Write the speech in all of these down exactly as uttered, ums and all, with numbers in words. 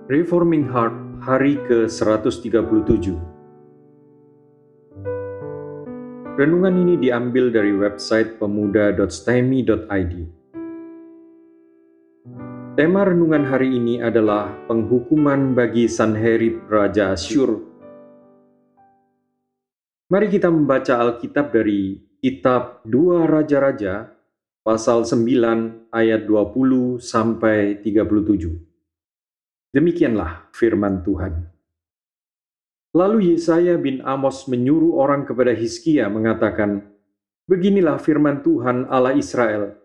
Reforming Heart hari ke seratus tiga puluh tujuh. Renungan ini diambil dari website pemuda dot stemi dot i d. Tema renungan hari ini adalah penghukuman bagi Sanherib Raja Asyur. Mari kita membaca Alkitab dari Kitab Dua Raja-Raja, pasal sembilan ayat dua puluh sampai tiga puluh tujuh. Demikianlah firman Tuhan. Lalu Yesaya bin Amos menyuruh orang kepada Hizkia mengatakan, "Beginilah firman Tuhan Allah Israel,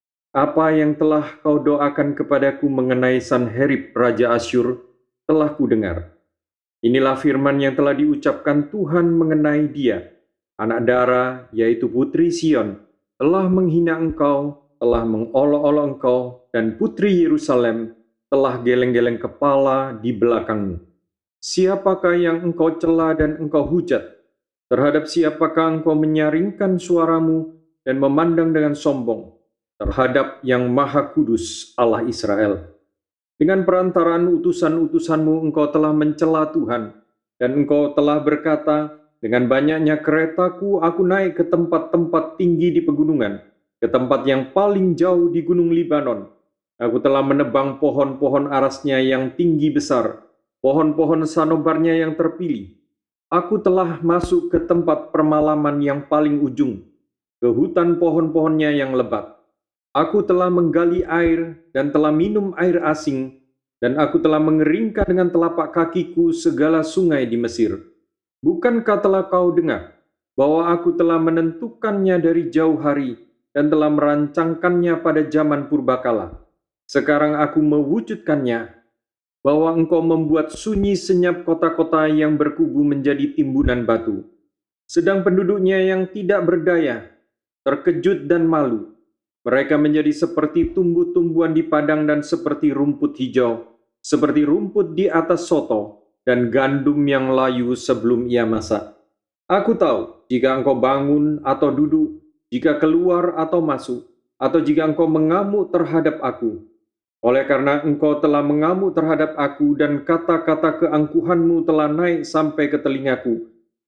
apa yang telah kau doakan kepadaku mengenai Sanherib Raja Asyur telah kudengar. Inilah firman yang telah diucapkan Tuhan mengenai dia, anak Dara, yaitu putri Sion, telah menghina engkau, telah mengolok-olok engkau, dan putri Yerusalem telah geleng-geleng kepala di belakangmu. Siapakah yang engkau cela dan engkau hujat? Terhadap siapakah engkau menyaringkan suaramu dan memandang dengan sombong? Terhadap yang Maha Kudus Allah Israel. Dengan perantaraan utusan-utusanmu engkau telah mencela Tuhan, dan engkau telah berkata, dengan banyaknya keretaku aku naik ke tempat-tempat tinggi di pegunungan, ke tempat yang paling jauh di gunung Libanon. Aku telah menebang pohon-pohon arasnya yang tinggi besar, pohon-pohon sanobarnya yang terpilih. Aku telah masuk ke tempat permalaman yang paling ujung, ke hutan pohon-pohonnya yang lebat. Aku telah menggali air dan telah minum air asing, dan aku telah mengeringkan dengan telapak kakiku segala sungai di Mesir. Bukankah telah kau dengar bahwa aku telah menentukannya dari jauh hari dan telah merancangkannya pada zaman purbakala? Sekarang aku mewujudkannya, bahwa engkau membuat sunyi senyap kota-kota yang berkubu menjadi timbunan batu. Sedang penduduknya yang tidak berdaya, terkejut dan malu. Mereka menjadi seperti tumbuh-tumbuhan di padang dan seperti rumput hijau, seperti rumput di atas soto dan gandum yang layu sebelum ia masak. Aku tahu jika engkau bangun atau duduk, jika keluar atau masuk, atau jika engkau mengamuk terhadap aku. Oleh karena engkau telah mengamuk terhadap aku dan kata-kata keangkuhanmu telah naik sampai ke telingaku,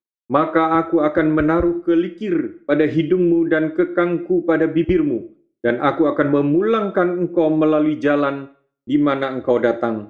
maka aku akan menaruh kelikir pada hidungmu dan kekangku pada bibirmu, dan aku akan memulangkan engkau melalui jalan di mana engkau datang.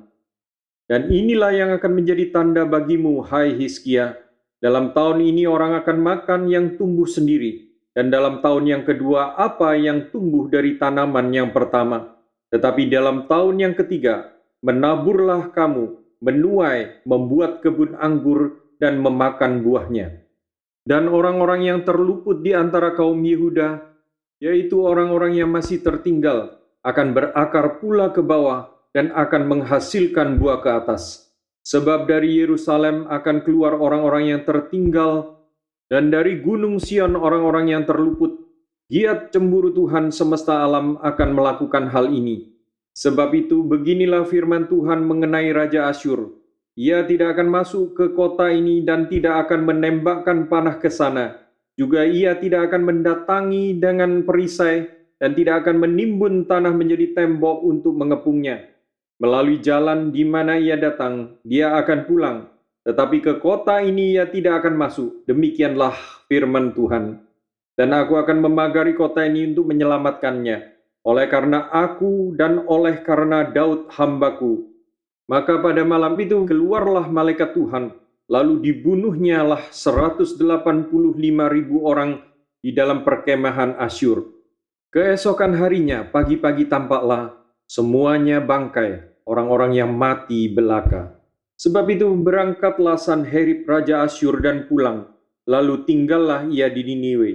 Dan inilah yang akan menjadi tanda bagimu, hai Hizkia. Dalam tahun ini orang akan makan yang tumbuh sendiri, dan dalam tahun yang kedua apa yang tumbuh dari tanaman yang pertama. Tetapi dalam tahun yang ketiga, menaburlah kamu, menuai, membuat kebun anggur, dan memakan buahnya. Dan orang-orang yang terluput di antara kaum Yehuda, yaitu orang-orang yang masih tertinggal, akan berakar pula ke bawah dan akan menghasilkan buah ke atas. Sebab dari Yerusalem akan keluar orang-orang yang tertinggal, dan dari gunung Sion orang-orang yang terluput. Giat cemburu Tuhan semesta alam akan melakukan hal ini. Sebab itu beginilah firman Tuhan mengenai Raja Asyur. Ia tidak akan masuk ke kota ini dan tidak akan menembakkan panah ke sana. Juga ia tidak akan mendatangi dengan perisai dan tidak akan menimbun tanah menjadi tembok untuk mengepungnya. Melalui jalan di mana ia datang, dia akan pulang. Tetapi ke kota ini ia tidak akan masuk. Demikianlah firman Tuhan. Dan aku akan memagari kota ini untuk menyelamatkannya. Oleh karena aku dan oleh karena Daud hambaku. Maka pada malam itu keluarlah malaikat Tuhan, lalu dibunuhnya lah seratus delapan puluh lima ribu orang di dalam perkemahan Asyur. Keesokan harinya, pagi-pagi tampaklah semuanya bangkai, orang-orang yang mati belaka. Sebab itu berangkatlah Sanherib Raja Asyur dan pulang, lalu tinggallah ia di Niniwe.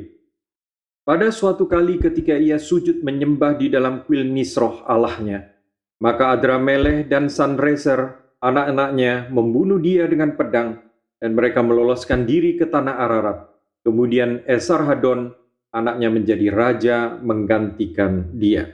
Pada suatu kali ketika ia sujud menyembah di dalam kuil Nisroh Allahnya, maka Adramelech dan Sanreser, anak-anaknya, membunuh dia dengan pedang, dan mereka meloloskan diri ke tanah Ararat. Kemudian Esarhadon, anaknya menjadi raja menggantikan dia.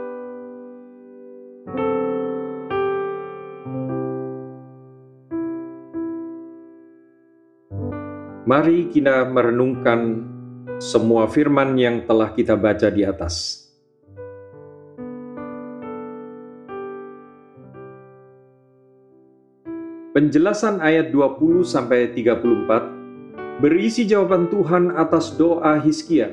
Mari kita merenungkan semua firman yang telah kita baca di atas. Penjelasan ayat dua puluh sampai tiga puluh empat berisi jawaban Tuhan atas doa Hizkia.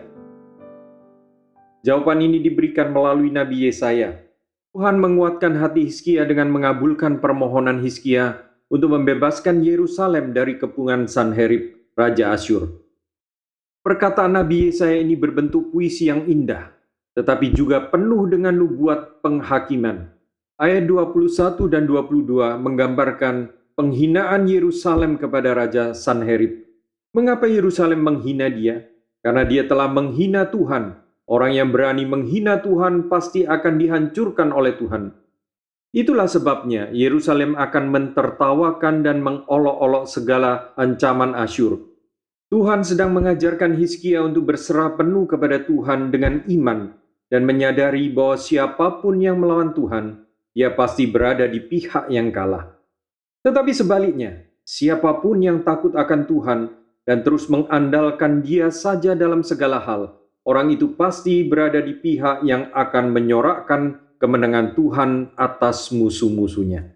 Jawaban ini diberikan melalui Nabi Yesaya. Tuhan menguatkan hati Hizkia dengan mengabulkan permohonan Hizkia untuk membebaskan Yerusalem dari kepungan Sanherib, Raja Asyur. Perkataan Nabi Yesaya ini berbentuk puisi yang indah, tetapi juga penuh dengan nubuat penghakiman. Ayat dua puluh satu dan dua puluh dua menggambarkan penghinaan Yerusalem kepada Raja Sanherib. Mengapa Yerusalem menghina dia? Karena dia telah menghina Tuhan. Orang yang berani menghina Tuhan pasti akan dihancurkan oleh Tuhan. Itulah sebabnya Yerusalem akan mentertawakan dan mengolok-olok segala ancaman Asyur. Tuhan sedang mengajarkan Hizkia untuk berserah penuh kepada Tuhan dengan iman dan menyadari bahwa siapapun yang melawan Tuhan, dia pasti berada di pihak yang kalah. Tetapi sebaliknya, siapapun yang takut akan Tuhan dan terus mengandalkan Dia saja dalam segala hal, orang itu pasti berada di pihak yang akan menyorakkan kemenangan Tuhan atas musuh-musuhnya.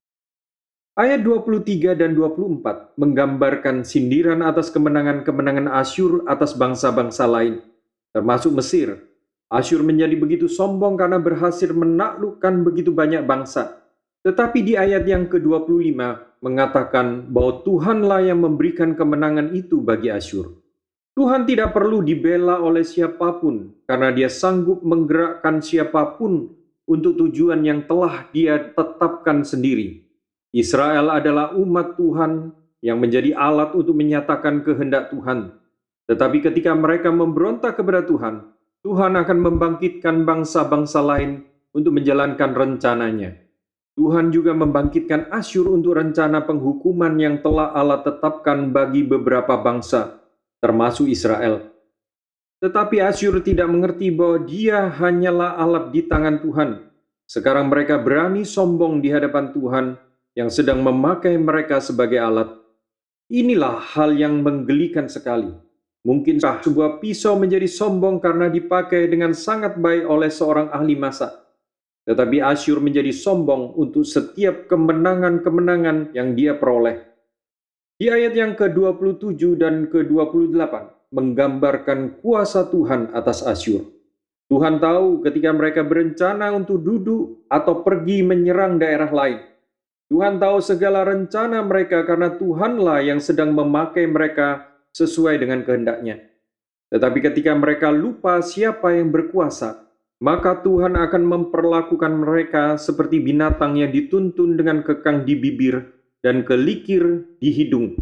Ayat dua puluh tiga dan dua puluh empat menggambarkan sindiran atas kemenangan-kemenangan Asyur atas bangsa-bangsa lain, termasuk Mesir. Asyur menjadi begitu sombong karena berhasil menaklukkan begitu banyak bangsa. Tetapi di ayat yang ke dua puluh lima mengatakan bahwa Tuhanlah yang memberikan kemenangan itu bagi Asyur. Tuhan tidak perlu dibela oleh siapapun karena Dia sanggup menggerakkan siapapun untuk tujuan yang telah Dia tetapkan sendiri. Israel adalah umat Tuhan yang menjadi alat untuk menyatakan kehendak Tuhan. Tetapi ketika mereka memberontak kepada Tuhan, Tuhan akan membangkitkan bangsa-bangsa lain untuk menjalankan rencananya. Tuhan juga membangkitkan Asyur untuk rencana penghukuman yang telah Allah tetapkan bagi beberapa bangsa, termasuk Israel. Tetapi Asyur tidak mengerti bahwa dia hanyalah alat di tangan Tuhan. Sekarang mereka berani sombong di hadapan Tuhan yang sedang memakai mereka sebagai alat. Inilah hal yang menggelikan sekali. Mungkinkah sebuah pisau menjadi sombong karena dipakai dengan sangat baik oleh seorang ahli masak? Tetapi Asyur menjadi sombong untuk setiap kemenangan-kemenangan yang dia peroleh. Di ayat yang ke dua puluh tujuh dan ke dua puluh delapan menggambarkan kuasa Tuhan atas Asyur. Tuhan tahu ketika mereka berencana untuk duduk atau pergi menyerang daerah lain. Tuhan tahu segala rencana mereka karena Tuhanlah yang sedang memakai mereka sesuai dengan kehendaknya. Tetapi ketika mereka lupa siapa yang berkuasa, maka Tuhan akan memperlakukan mereka seperti binatang yang dituntun dengan kekang di bibir dan kelikir di hidung.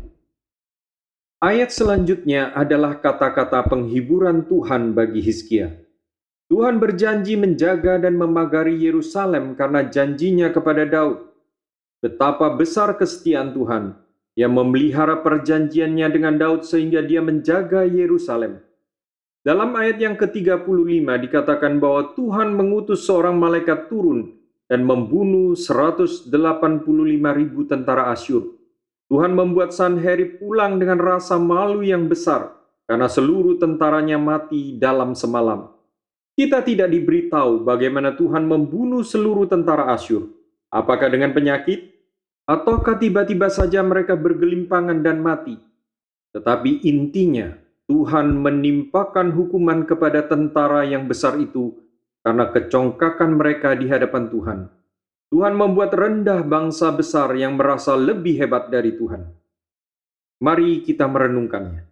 Ayat selanjutnya adalah kata-kata penghiburan Tuhan bagi Hizkia. Tuhan berjanji menjaga dan memagari Yerusalem karena janjinya kepada Daud. Betapa besar kesetiaan Tuhan yang memelihara perjanjiannya dengan Daud sehingga dia menjaga Yerusalem. Dalam ayat yang ke tiga puluh lima dikatakan bahwa Tuhan mengutus seorang malaikat turun dan membunuh seratus delapan puluh lima ribu tentara Asyur. Tuhan membuat Sanherib pulang dengan rasa malu yang besar karena seluruh tentaranya mati dalam semalam. Kita tidak diberitahu bagaimana Tuhan membunuh seluruh tentara Asyur. Apakah dengan penyakit? Ataukah tiba-tiba saja mereka bergelimpangan dan mati? Tetapi intinya, Tuhan menimpakan hukuman kepada tentara yang besar itu karena kecongkakan mereka di hadapan Tuhan. Tuhan membuat rendah bangsa besar yang merasa lebih hebat dari Tuhan. Mari kita merenungkannya.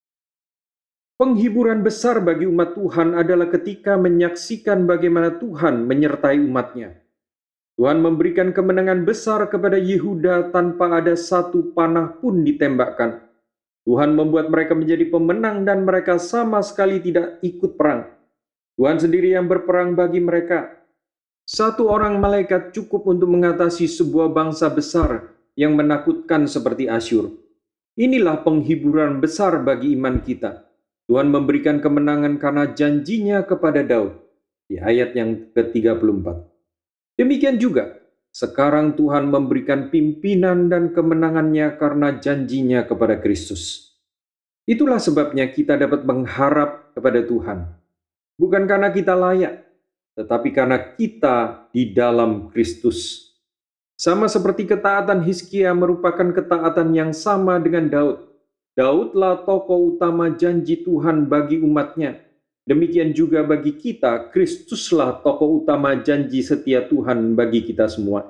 Penghiburan besar bagi umat Tuhan adalah ketika menyaksikan bagaimana Tuhan menyertai umatnya. Tuhan memberikan kemenangan besar kepada Yehuda tanpa ada satu panah pun ditembakkan. Tuhan membuat mereka menjadi pemenang dan mereka sama sekali tidak ikut perang. Tuhan sendiri yang berperang bagi mereka. Satu orang malaikat cukup untuk mengatasi sebuah bangsa besar yang menakutkan seperti Asyur. Inilah penghiburan besar bagi iman kita. Tuhan memberikan kemenangan karena janjinya kepada Daud di ayat yang ke tiga puluh empat. Demikian juga, sekarang Tuhan memberikan pimpinan dan kemenangannya karena janjinya kepada Kristus. Itulah sebabnya kita dapat mengharap kepada Tuhan. Bukan karena kita layak, tetapi karena kita di dalam Kristus. Sama seperti ketaatan Hizkia merupakan ketaatan yang sama dengan Daud. Daudlah tokoh utama janji Tuhan bagi umatnya. Demikian juga bagi kita, Kristuslah tokoh utama janji setia Tuhan bagi kita semua.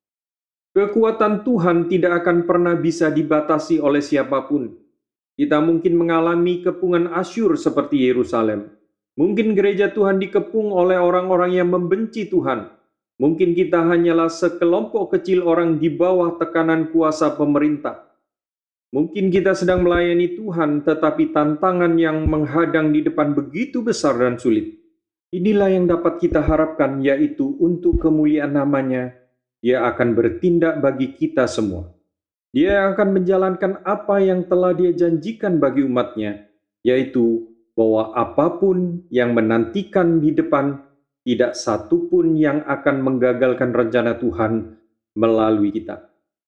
Kekuatan Tuhan tidak akan pernah bisa dibatasi oleh siapapun. Kita mungkin mengalami kepungan Asyur seperti Yerusalem. Mungkin gereja Tuhan dikepung oleh orang-orang yang membenci Tuhan. Mungkin kita hanyalah sekelompok kecil orang di bawah tekanan kuasa pemerintah. Mungkin kita sedang melayani Tuhan, tetapi tantangan yang menghadang di depan begitu besar dan sulit. Inilah yang dapat kita harapkan, yaitu untuk kemuliaan namanya, Dia akan bertindak bagi kita semua. Dia akan menjalankan apa yang telah Dia janjikan bagi umatnya, yaitu bahwa apapun yang menantikan di depan, tidak satu pun yang akan menggagalkan rencana Tuhan melalui kita.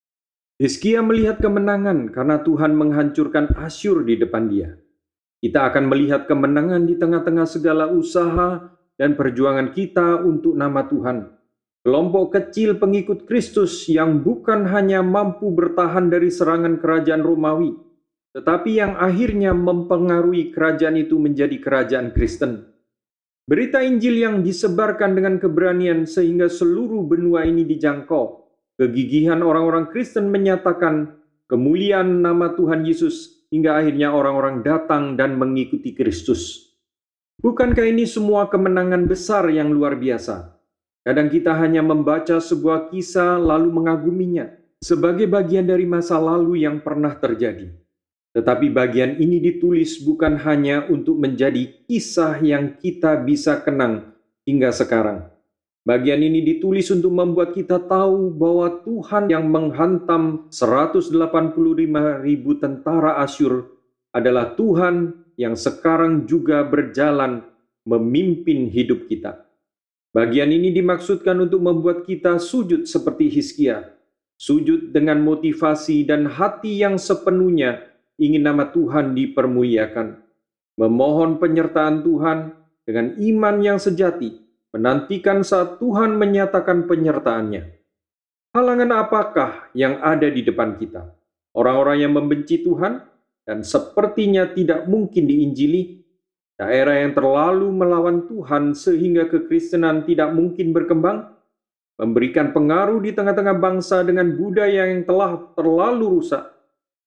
Hizkia melihat kemenangan karena Tuhan menghancurkan Asyur di depan dia. Kita akan melihat kemenangan di tengah-tengah segala usaha dan perjuangan kita untuk nama Tuhan. Kelompok kecil pengikut Kristus yang bukan hanya mampu bertahan dari serangan kerajaan Romawi, tetapi yang akhirnya mempengaruhi kerajaan itu menjadi kerajaan Kristen. Berita Injil yang disebarkan dengan keberanian sehingga seluruh benua ini dijangkau. Kegigihan orang-orang Kristen menyatakan kemuliaan nama Tuhan Yesus hingga akhirnya orang-orang datang dan mengikuti Kristus. Bukankah ini semua kemenangan besar yang luar biasa? Kadang kita hanya membaca sebuah kisah lalu mengaguminya sebagai bagian dari masa lalu yang pernah terjadi. Tetapi bagian ini ditulis bukan hanya untuk menjadi kisah yang kita bisa kenang hingga sekarang. Bagian ini ditulis untuk membuat kita tahu bahwa Tuhan yang menghantam seratus delapan puluh lima ribu tentara Asyur adalah Tuhan yang sekarang juga berjalan memimpin hidup kita. Bagian ini dimaksudkan untuk membuat kita sujud seperti Hizkia, sujud dengan motivasi dan hati yang sepenuhnya ingin nama Tuhan dipermuliakan, memohon penyertaan Tuhan dengan iman yang sejati, menantikan saat Tuhan menyatakan penyertaannya. Halangan apakah yang ada di depan kita? Orang-orang yang membenci Tuhan dan sepertinya tidak mungkin diinjili, daerah yang terlalu melawan Tuhan sehingga kekristenan tidak mungkin berkembang, memberikan pengaruh di tengah-tengah bangsa dengan budaya yang telah terlalu rusak.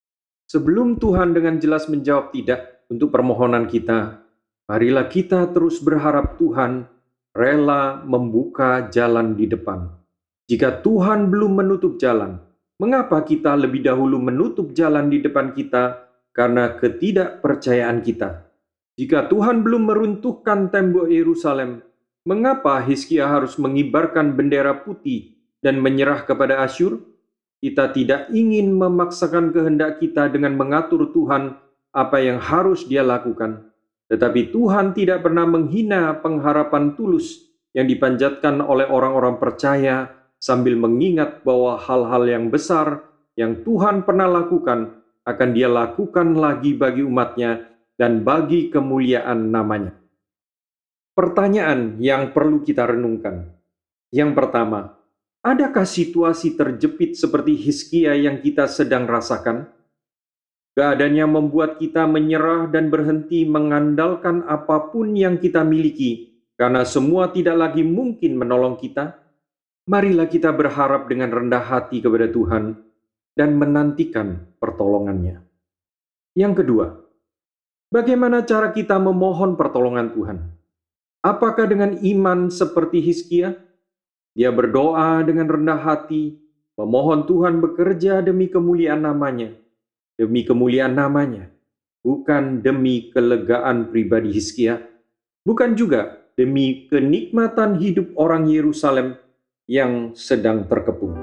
Sebelum Tuhan dengan jelas menjawab tidak untuk permohonan kita, marilah kita terus berharap Tuhan rela membuka jalan di depan. Jika Tuhan belum menutup jalan, mengapa kita lebih dahulu menutup jalan di depan kita karena ketidakpercayaan kita? Jika Tuhan belum meruntuhkan tembok Yerusalem, mengapa Hizkia harus mengibarkan bendera putih dan menyerah kepada Asyur? Kita tidak ingin memaksakan kehendak kita dengan mengatur Tuhan apa yang harus Dia lakukan. Tetapi Tuhan tidak pernah menghina pengharapan tulus yang dipanjatkan oleh orang-orang percaya sambil mengingat bahwa hal-hal yang besar yang Tuhan pernah lakukan akan Dia lakukan lagi bagi umatnya dan bagi kemuliaan namanya. Pertanyaan yang perlu kita renungkan. Yang pertama, adakah situasi terjepit seperti Hizkia yang kita sedang rasakan? Keadaan yang membuat kita menyerah dan berhenti mengandalkan apapun yang kita miliki, karena semua tidak lagi mungkin menolong kita? Marilah kita berharap dengan rendah hati kepada Tuhan dan menantikan pertolongannya. Yang kedua, bagaimana cara kita memohon pertolongan Tuhan? Apakah dengan iman seperti Hizkia? Dia berdoa dengan rendah hati, memohon Tuhan bekerja demi kemuliaan namanya, demi kemuliaan namanya, bukan demi kelegaan pribadi Hizkia, bukan juga demi kenikmatan hidup orang Yerusalem yang sedang terkepung.